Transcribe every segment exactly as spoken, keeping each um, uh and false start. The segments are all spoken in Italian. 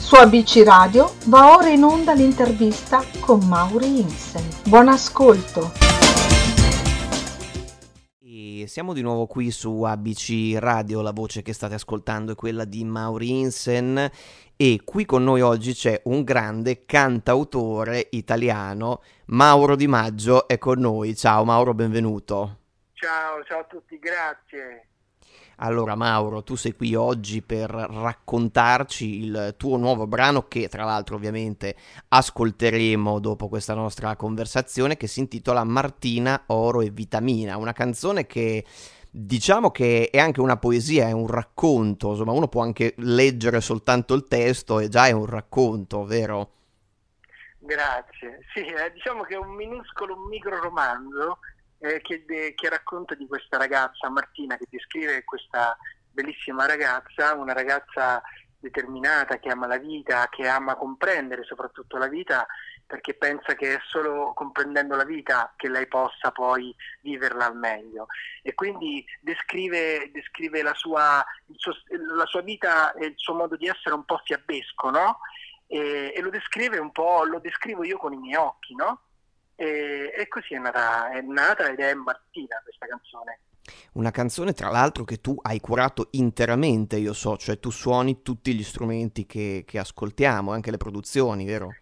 Su A B C Radio va ora in onda l'intervista con Mauri Insen. Buon ascolto. E siamo di nuovo qui su A B C Radio, la voce che state ascoltando è quella di Mauri Insen e qui con noi oggi c'è un grande cantautore italiano, Mauro Di Maggio è con noi. Ciao Mauro, benvenuto. Ciao, ciao a tutti, grazie. Allora Mauro, tu sei qui oggi per raccontarci il tuo nuovo brano che tra l'altro ovviamente ascolteremo dopo questa nostra conversazione, che si intitola Martina, Oro e Vitamina, una canzone che diciamo che è anche una poesia, è un racconto, insomma uno può anche leggere soltanto il testo e già è un racconto, vero? Grazie. Sì, eh, diciamo che è un minuscolo, un micro romanzo eh, che, de- che racconta di questa ragazza, Martina, che descrive questa bellissima ragazza, una ragazza determinata che ama la vita, che ama comprendere soprattutto la vita, perché pensa che è solo comprendendo la vita che lei possa poi viverla al meglio. E quindi descrive, descrive la sua, il suo, la sua vita e il suo modo di essere un po' fiabesco, no? E, e lo descrive un po', lo descrivo io con i miei occhi, no? E, e così è nata, è nata ed è Martina questa canzone. Una canzone tra l'altro che tu hai curato interamente, io so, cioè tu suoni tutti gli strumenti che, che ascoltiamo, anche le produzioni, vero?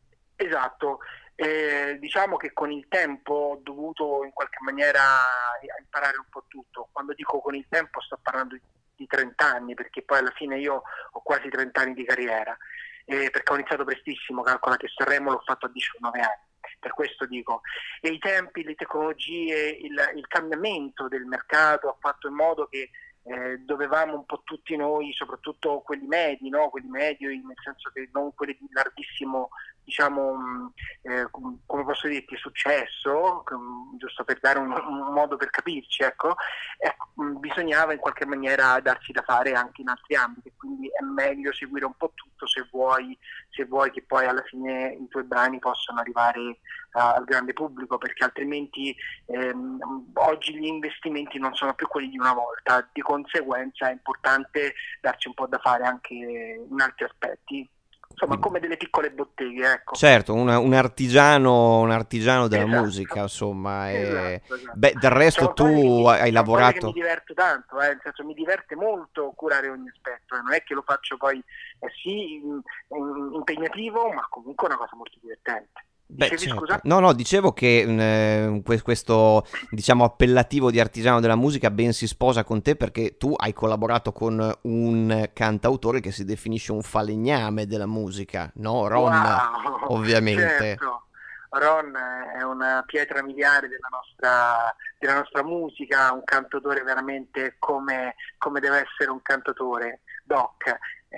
Esatto, eh, diciamo che con il tempo ho dovuto in qualche maniera imparare un po' tutto. Quando dico con il tempo sto parlando di, di trenta anni, perché poi alla fine io ho quasi trenta anni di carriera, eh, perché ho iniziato prestissimo, calcola che Sanremo l'ho fatto a diciannove anni. Per questo dico, e i tempi, le tecnologie, il, il cambiamento del mercato ha fatto in modo che eh, dovevamo un po' tutti noi, soprattutto quelli medi, no? Quelli medio, nel senso che non quelli di larghissimo, diciamo, mh, eh, com- come posso dirti, successo, com- giusto per dare un, un modo per capirci, ecco, ecco mh, bisognava in qualche maniera darsi da fare anche in altri ambiti, quindi è meglio seguire un po' tutto se vuoi, se vuoi che poi alla fine i tuoi brani possano arrivare uh, al grande pubblico, perché altrimenti ehm, oggi gli investimenti non sono più quelli di una volta, di conseguenza è importante darci un po' da fare anche in altri aspetti, insomma Quindi, come delle piccole botteghe, ecco. certo, un, un artigiano, un artigiano della musica, Esatto, insomma. E... esatto, esatto. Beh, del resto Sono cose che tu mi, hai sono cose che mi lavorato... diverto tanto, eh, nel senso mi diverte molto curare ogni aspetto, eh, non è che lo faccio poi eh, sì in- in- impegnativo, ma comunque è una cosa molto divertente. Beh, Dicevi certo. scusa? No, no, dicevo che eh, que- questo, diciamo, appellativo di artigiano della musica ben si sposa con te perché tu hai collaborato con un cantautore che si definisce un falegname della musica, no? Ron, Wow, ovviamente. certo. Ron è una pietra miliare della nostra, della nostra musica, un cantautore veramente come, come deve essere un cantautore, doc,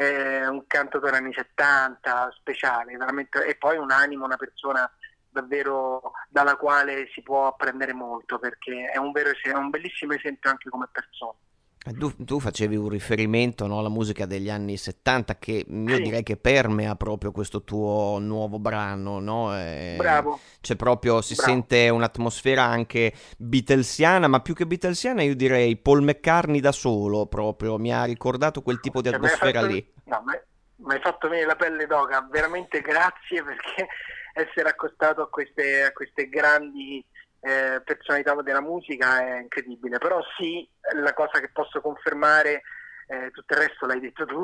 è un cantautore anni settanta, speciale, veramente, e poi un animo, una persona davvero dalla quale si può apprendere molto, perché è un, vero, es- è un bellissimo esempio anche come persona. Eh, Tu, tu facevi un riferimento, no, alla musica degli anni settanta che io Sì, direi che permea proprio questo tuo nuovo brano, no? Eh, bravo, c'è proprio, si bravo. sente un'atmosfera anche Beatlesiana, ma più che Beatlesiana io direi Paul McCartney da solo proprio, mi ha ricordato quel tipo di Cioè, mi hai atmosfera fatto, lì. no, mi hai mi hai fatto venire la pelle d'oca, veramente grazie perché essere accostato a queste, a queste grandi eh, personalità della musica è incredibile, però sì, la cosa che posso confermare, eh, tutto il resto l'hai detto tu.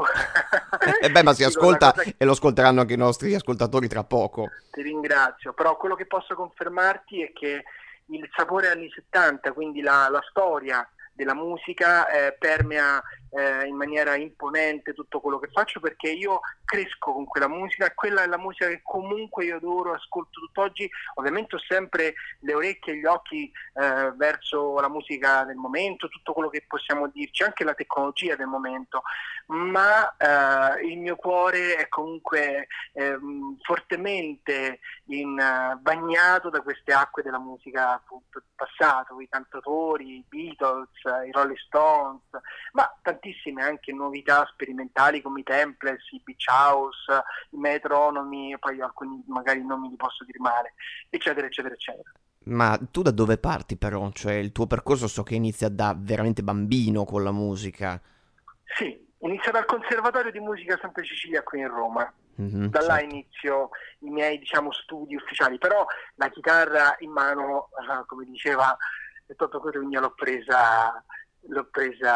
E beh, ma si Dico, la ascolta cosa e lo ascolteranno anche i nostri ascoltatori tra poco. Ti ringrazio, però quello che posso confermarti è che il sapore anni settanta, quindi la, la storia della musica, eh, permea eh, in maniera imponente tutto quello che faccio, perché io cresco con quella musica, quella è la musica che comunque io adoro, ascolto tutt'oggi. Ovviamente ho sempre le orecchie e gli occhi eh, verso la musica del momento, tutto quello che possiamo dirci, anche la tecnologia del momento, ma eh, il mio cuore è comunque ehm, fortemente in, eh, bagnato da queste acque della musica appunto del passato, i cantatori, i Beatles, i Rolling Stones, ma tantissime anche novità sperimentali come i Templars, i Beach House, i Metronomi, poi alcuni magari non mi li posso dire male, eccetera, eccetera, eccetera. Ma tu da dove parti però? Cioè il tuo percorso so che inizia da veramente bambino con la musica. Sì, iniziato al Conservatorio di Musica Santa Cecilia qui in Roma. Mm-hmm, Da là certo. inizio i miei, diciamo, studi ufficiali, però la chitarra in mano, eh, come diceva Toto Cotugno, l'ho presa, l'ho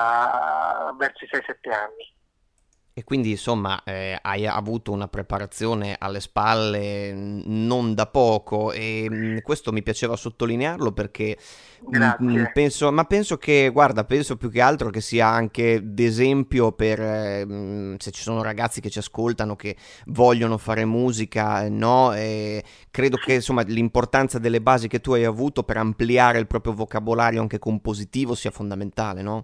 presa verso i sei sette anni. E quindi insomma eh, hai avuto una preparazione alle spalle mh, non da poco e mh, questo mi piaceva sottolinearlo perché mh, mh, Grazie. penso, ma penso che, guarda, penso più che altro che sia anche d'esempio per eh, mh, se ci sono ragazzi che ci ascoltano che vogliono fare musica, eh, no? E credo che Sì, insomma l'importanza delle basi che tu hai avuto per ampliare il proprio vocabolario anche compositivo sia fondamentale, no?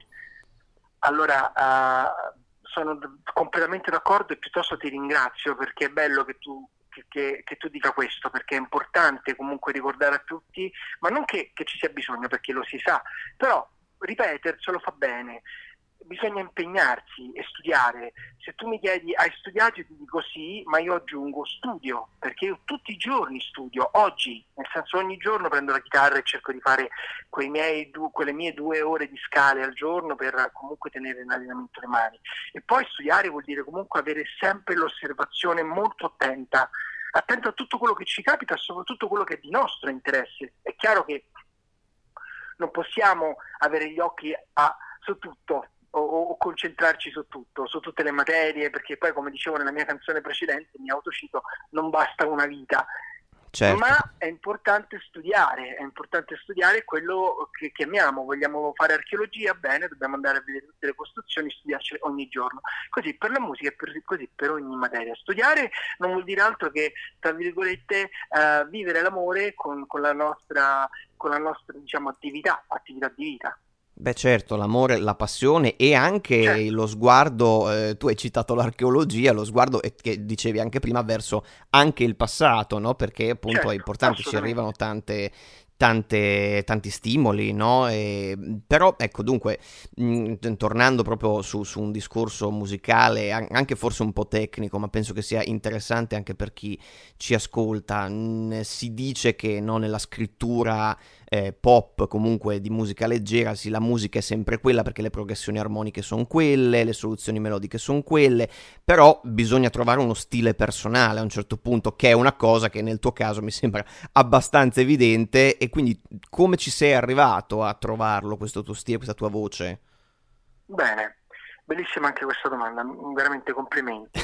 allora eh, sono d- completamente d'accordo e piuttosto ti ringrazio perché è bello che tu, che, che- che tu dica questo, perché è importante comunque ricordare a tutti, ma non che, che ci sia bisogno perché lo si sa, però ripeterselo fa bene. Bisogna impegnarsi e studiare. Se tu mi chiedi hai studiato, io ti dico sì, ma io aggiungo studio, perché io tutti i giorni studio, oggi, nel senso ogni giorno prendo la chitarra e cerco di fare quei miei du- quelle mie due ore di scale al giorno per comunque tenere in allenamento le mani. E poi studiare vuol dire comunque avere sempre l'osservazione molto attenta, attenta a tutto quello che ci capita e soprattutto quello che è di nostro interesse. È chiaro che non possiamo avere gli occhi a, su tutto o, o concentrarci su tutto, su tutte le materie, perché poi come dicevo nella mia canzone precedente, mi autocito, non basta una vita. Certo. Ma è importante studiare, è importante studiare quello che, che amiamo. Vogliamo fare archeologia? Bene, dobbiamo andare a vedere tutte le costruzioni, studiarci ogni giorno. Così per la musica e per, così per ogni materia. Studiare non vuol dire altro che, tra virgolette, eh, vivere l'amore con, con la nostra, con la nostra diciamo, attività, attività di vita. Beh certo, l'amore, la passione e anche Certo, lo sguardo, eh, tu hai citato l'archeologia, lo sguardo e che dicevi anche prima verso anche il passato, no? Perché appunto è certo, importante, ci arrivano assolutamente. tante, tante, tanti stimoli, no? E, però ecco, dunque, mh, tornando proprio su, su un discorso musicale, an- anche forse un po' tecnico, ma penso che sia interessante anche per chi ci ascolta, mh, si dice che no, nella scrittura eh, pop, comunque di musica leggera, sì, la musica è sempre quella perché le progressioni armoniche sono quelle, le soluzioni melodiche sono quelle, però bisogna trovare uno stile personale a un certo punto, che è una cosa che nel tuo caso mi sembra abbastanza evidente. E quindi come ci sei arrivato a trovarlo, questo tuo stile, questa tua voce? Bene, bellissima anche questa domanda, veramente complimenti.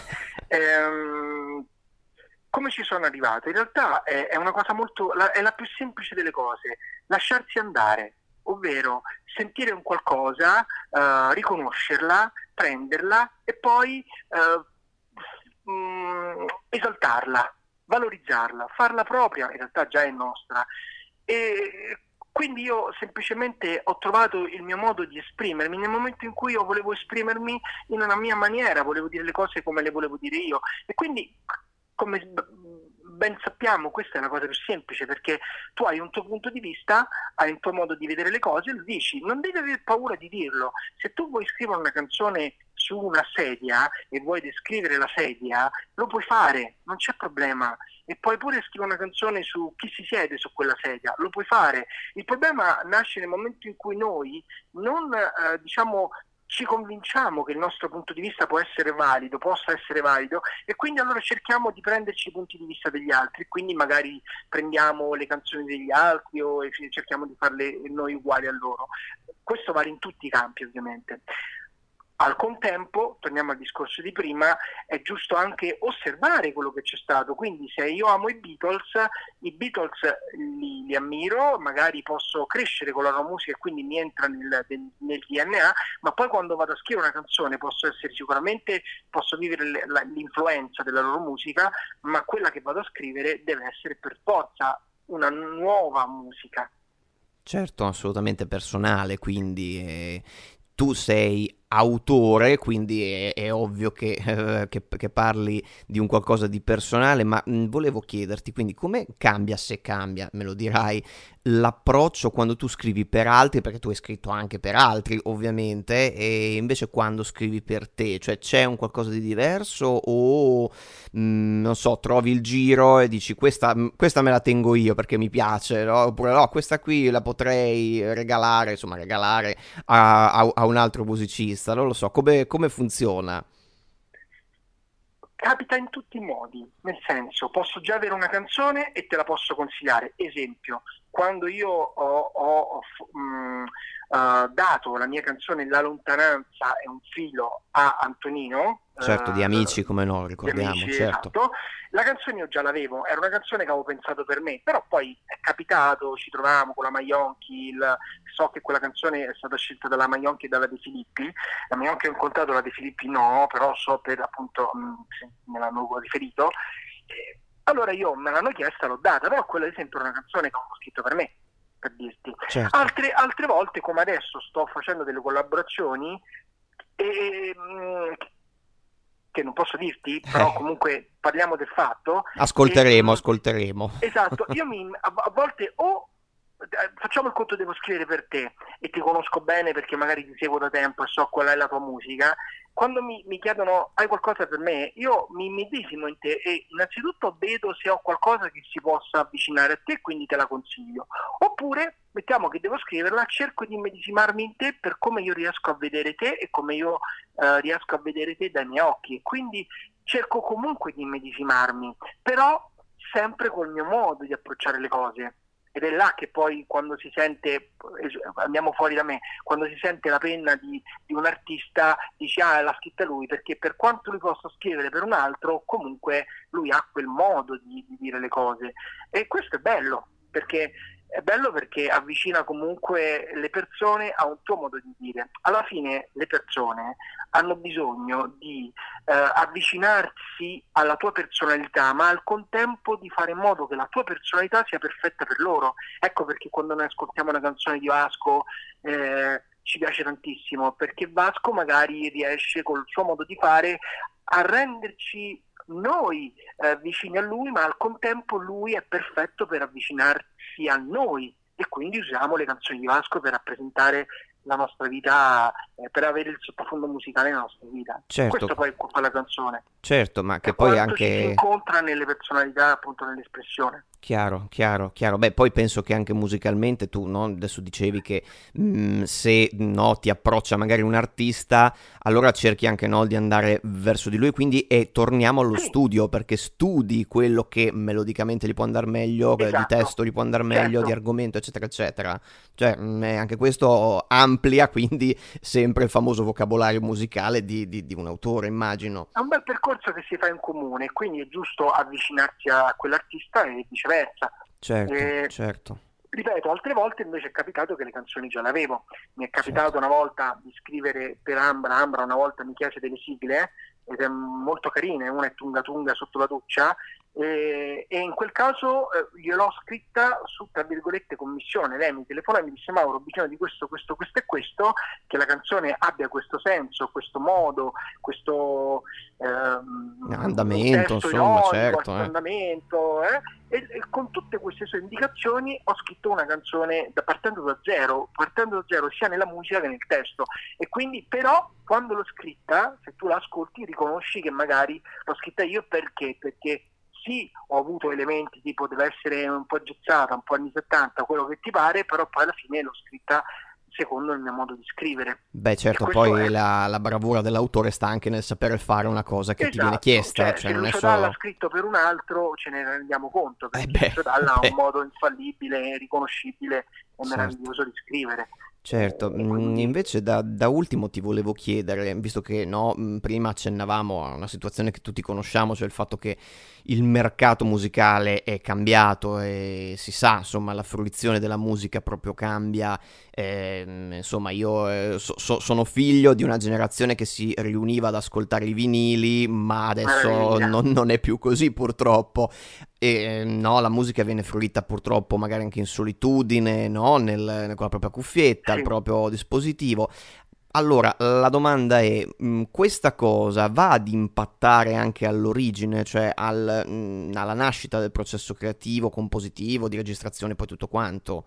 Ehm, come ci sono arrivato? In realtà è, è una cosa molto, la- è la più semplice delle cose, lasciarsi andare, ovvero sentire un qualcosa, eh, riconoscerla, prenderla e poi eh, mm, esaltarla, valorizzarla, farla propria, in realtà già è nostra. E quindi io semplicemente ho trovato il mio modo di esprimermi nel momento in cui io volevo esprimermi in una mia maniera, volevo dire le cose come le volevo dire io. E quindi, come ben sappiamo, questa è la cosa più semplice perché tu hai un tuo punto di vista, hai un tuo modo di vedere le cose e lo dici, non devi avere paura di dirlo. Se tu vuoi scrivere una canzone su una sedia e vuoi descrivere la sedia, lo puoi fare, non c'è problema. E puoi pure scrivere una canzone su chi si siede su quella sedia, lo puoi fare. Il problema nasce nel momento in cui noi non eh, diciamo ci convinciamo che il nostro punto di vista può essere valido, possa essere valido e quindi allora cerchiamo di prenderci i punti di vista degli altri, quindi magari prendiamo le canzoni degli altri o cerchiamo di farle noi uguali a loro. Questo vale in tutti i campi ovviamente. Al contempo, torniamo al discorso di prima, è giusto anche osservare quello che c'è stato, quindi se io amo i Beatles, i Beatles li, li ammiro, magari posso crescere con la loro musica e quindi mi entra nel, nel D N A, ma poi quando vado a scrivere una canzone posso essere sicuramente, posso vivere l'influenza della loro musica, ma quella che vado a scrivere deve essere per forza una nuova musica. Certo, assolutamente personale, quindi eh, tu sei autore, quindi è, è ovvio che, eh, che- che parli di un qualcosa di personale, ma mh, volevo chiederti, quindi come cambia, se cambia, me lo dirai, l'approccio quando tu scrivi per altri, perché tu hai scritto anche per altri ovviamente, e invece quando scrivi per te, cioè c'è un qualcosa di diverso o mh, non so, trovi il giro e dici questa, questa me la tengo io perché mi piace, no? Oppure no, questa qui la potrei regalare, insomma regalare a, a- a un altro musicista, non lo so, come, come funziona? Capita in tutti i modi, nel senso, posso già avere una canzone e te la posso consigliare. Esempio, quando io ho, ho, ho, mh, eh, dato la mia canzone La lontananza è un filo a Antonino, Certo, di amici eh, come no, di ricordiamo, Amici, certo. esatto, la canzone io già l'avevo, era una canzone che avevo pensato per me, però poi è capitato, ci trovavamo con la Maionchi, il- so che quella canzone è stata scelta dalla Maionchi e dalla De Filippi. La mia anche ho incontrato, la De Filippi no, però so per appunto mh, se me l'hanno riferito. Eh, allora io me l'hanno chiesta, l'ho data, però quella ad esempio è una canzone che ho scritto per me, per dirti. Certo. Altre, altre volte, come adesso, sto facendo delle collaborazioni e, mh, che non posso dirti, però Eh, comunque parliamo del fatto. E, ascolteremo, mh, ascolteremo. esatto, io mi, a, a volte o eh, facciamo il conto, devo scrivere per te e ti conosco bene perché magari ti seguo da tempo e so qual è la tua musica. Quando mi, mi chiedono hai qualcosa per me, io mi medesimo in te e innanzitutto vedo se ho qualcosa che si possa avvicinare a te, quindi te la consiglio. Oppure, mettiamo che devo scriverla, cerco di immedesimarmi in te per come io riesco a vedere te e come io eh, riesco a vedere te dai miei occhi. Quindi cerco comunque di immedesimarmi, però sempre col mio modo di approcciare le cose. Ed è là che poi quando si sente, andiamo fuori da me, quando si sente la penna di, di un artista dici ah l'ha scritta lui, perché per quanto lui possa scrivere per un altro, comunque lui ha quel modo di, di dire le cose. E questo è bello, perché è bello perché avvicina comunque le persone a un tuo modo di dire. Alla fine le persone hanno bisogno di eh, avvicinarsi alla tua personalità, ma al contempo di fare in modo che la tua personalità sia perfetta per loro. Ecco perché quando noi ascoltiamo una canzone di Vasco eh, ci piace tantissimo, perché Vasco magari riesce col suo modo di fare a renderci noi eh, vicini a lui, ma al contempo lui è perfetto per avvicinarsi a noi e quindi usiamo le canzoni di Vasco per rappresentare la nostra vita, eh, per avere il sottofondo musicale nella nostra vita. Certo, Questo poi è quella canzone, certo, ma che per poi quanto ci si anche incontra nelle personalità, appunto nell'espressione. chiaro, chiaro, chiaro. Beh, poi penso che anche musicalmente tu, no? Adesso dicevi che mh, se no, ti approccia magari un artista, allora cerchi anche no, di andare verso di lui. Quindi e torniamo allo Sì, studio, perché studi quello che melodicamente gli può andare meglio, eh, di esatto, testo gli può andare meglio, di certo. argomento, eccetera, eccetera. Cioè, mh, eh, anche questo amplia quindi sempre il famoso vocabolario musicale di, di di un autore, immagino. È un bel percorso che si fa in comune, quindi è giusto avvicinarsi a quell'artista e viceversa. Certo, Eh, certo. ripeto, altre volte invece è capitato che le canzoni già le avevo. Mi è Certo. capitato una volta di scrivere per Ambra, Ambra una volta mi chiese delle sigle ed è molto carine, una è Tunga Tunga sotto la doccia e, e in quel caso eh, gliel'ho scritta su, tra virgolette, commissione. Lei mi telefonò e mi disse Mauro, ho bisogno di questo, questo, questo e questo, che la canzone abbia questo senso, questo modo, questo ehm, un Andamento, testo insomma, ironico, certo, questo eh. andamento, eh? E, e con tutte queste sue indicazioni ho scritto una canzone da, partendo da zero, partendo da zero sia nella musica che nel testo. E quindi però quando l'ho scritta, se tu la ascolti, riconosci che magari l'ho scritta io perché? Perché sì, ho avuto elementi tipo deve essere un po' gezzata, un po' anni settanta, quello che ti pare, però poi alla fine l'ho scritta secondo il mio modo di scrivere. Beh, E certo, questo poi è. la, la bravura dell'autore sta anche nel sapere fare una cosa che ti viene Esatto, chiesta, cioè cioè se non è Lucio Dalla ha solo... scritto per un altro ce ne rendiamo conto Eh perché beh, Lucio eh Dalla ha un beh, modo infallibile, riconoscibile e certo. meraviglioso di scrivere. Certo, E mm, quindi invece da, da ultimo ti volevo chiedere, visto che no, mm, prima accennavamo a una situazione che tutti conosciamo, cioè il fatto che il mercato musicale è cambiato e si sa, insomma, la fruizione della musica proprio cambia. ehm, insomma, io eh, so- so- sono figlio di una generazione che si riuniva ad ascoltare i vinili, ma adesso meraviglia. non, non è più così purtroppo. E no, la musica viene fruita purtroppo magari anche in solitudine, no? Nel- con la propria cuffietta, il Sì, proprio dispositivo. Allora, la domanda è, mh, questa cosa va ad impattare anche all'origine, cioè al, mh, alla nascita del processo creativo, compositivo, di registrazione, poi tutto quanto?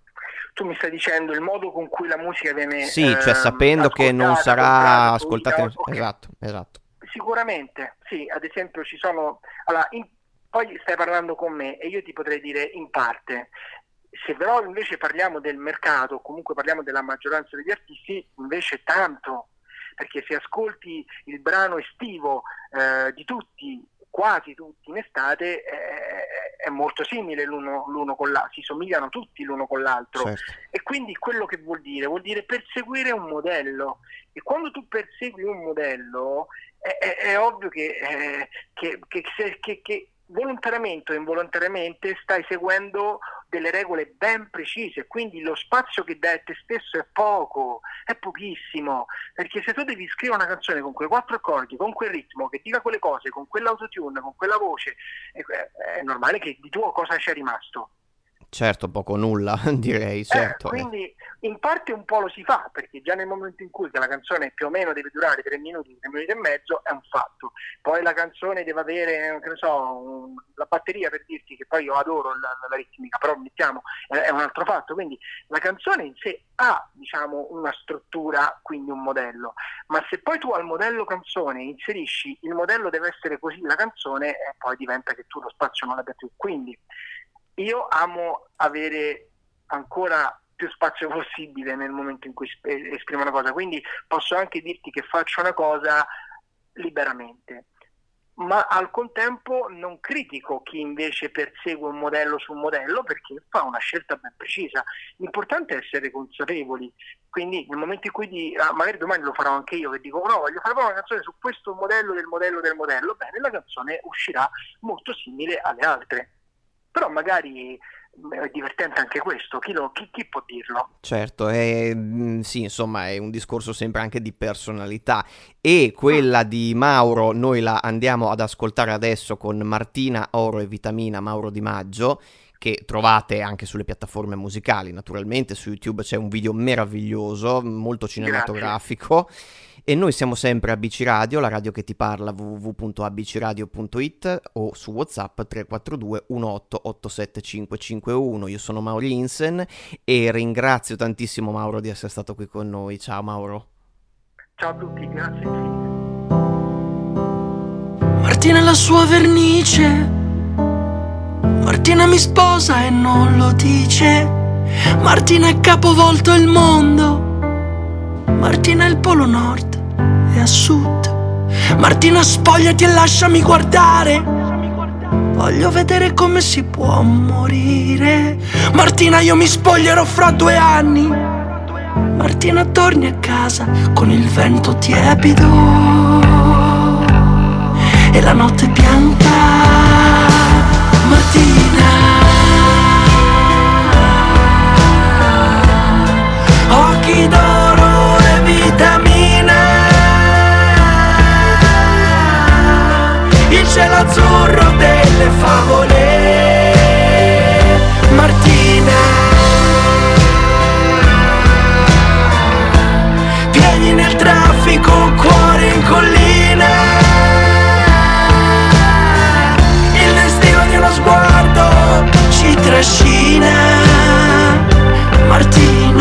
Tu mi stai dicendo il modo con cui la musica viene Sì, cioè ehm, sapendo che non ascoltata, sarà comprata, fruita, ascoltata... ok. Esatto, esatto. Sicuramente, sì, ad esempio ci sono... Allora, in- poi stai parlando con me e io ti potrei dire in parte. Se però invece parliamo del mercato, comunque parliamo della maggioranza degli artisti, invece tanto, perché se ascolti il brano estivo eh, di tutti, quasi tutti in estate, eh, è molto simile l'uno, l'uno con l'altro, si somigliano tutti l'uno con l'altro. Certo. E quindi quello che vuol dire? Vuol dire perseguire un modello. E quando tu persegui un modello, è, è, è ovvio che, eh, che, che, che, che volontariamente o involontariamente stai seguendo delle regole ben precise, quindi lo spazio che dai a te stesso è poco, è pochissimo, perché se tu devi scrivere una canzone con quei quattro accordi, con quel ritmo, che dica quelle cose, con quell'autotune, con quella voce, è, è normale che di tuo cosa c'è rimasto. Certo, poco o nulla, direi, Eh, certo. eh. quindi in parte un po' lo si fa, perché già nel momento in cui che la canzone più o meno deve durare tre minuti, tre minuti e mezzo, è un fatto. Poi la canzone deve avere, che ne so, un- la batteria, per dirti che poi io adoro la, la ritmica, però mettiamo, è, è un altro fatto. Quindi la canzone in sé ha, diciamo, una struttura, quindi un modello. Ma se poi tu al modello canzone inserisci il modello deve essere così la canzone, e poi diventa che tu lo spazio non l'abbia più. Quindi io amo avere ancora più spazio possibile nel momento in cui sp- esprimo una cosa, quindi posso anche dirti che faccio una cosa liberamente, ma al contempo non critico chi invece persegue un modello su un modello, perché fa una scelta ben precisa. L'importante è essere consapevoli, quindi nel momento in cui di, ah, magari domani lo farò anche io, che dico no, voglio fare una canzone su questo modello del modello del modello, bene, la canzone uscirà molto simile alle altre, però magari è divertente anche questo, chi, lo, chi, chi può dirlo? Certo, è, mm, sì, insomma, è un discorso sempre anche di personalità e quella di Mauro noi la andiamo ad ascoltare adesso con Martina, Oro e Vitamina, Mauro Di Maggio, che trovate anche sulle piattaforme musicali, naturalmente su YouTube c'è un video meraviglioso, molto cinematografico. E noi siamo sempre a A B C Radio, la radio che ti parla, w w w punto a b c radio punto i t o su WhatsApp tre quattro due uno otto otto sette cinque cinque uno. Io sono Mauro Linsen e ringrazio tantissimo Mauro di essere stato qui con noi. Ciao Mauro. Ciao a tutti, grazie infinite. Martina è la sua vernice, Martina mi sposa e non lo dice, Martina è capovolto il mondo, Martina è il polo nord e a sud, Martina spogliati e lasciami guardare, voglio vedere come si può morire. Martina io mi spoglierò fra due anni, Martina torni a casa con il vento tiepido e la notte bianca. Martina, occhi d'oro e vitamina, il cielo azzurro delle favole. Martina, piedi nel traffico, cuore in collina, il destino di uno sguardo ci trascina. Martina,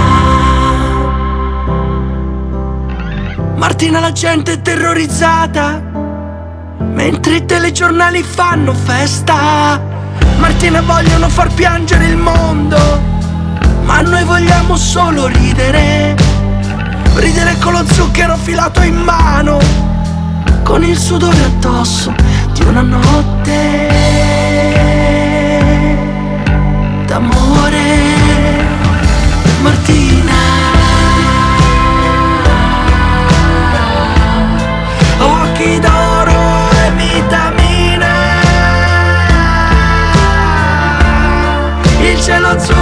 Martina la gente è terrorizzata mentre i telegiornali fanno festa. Martina vogliono far piangere il mondo, ma noi vogliamo solo ridere, ridere con lo zucchero filato in mano, con il sudore addosso di una notte d'amore. Martina, occhi d'oro e vitamina, il cielo azzurro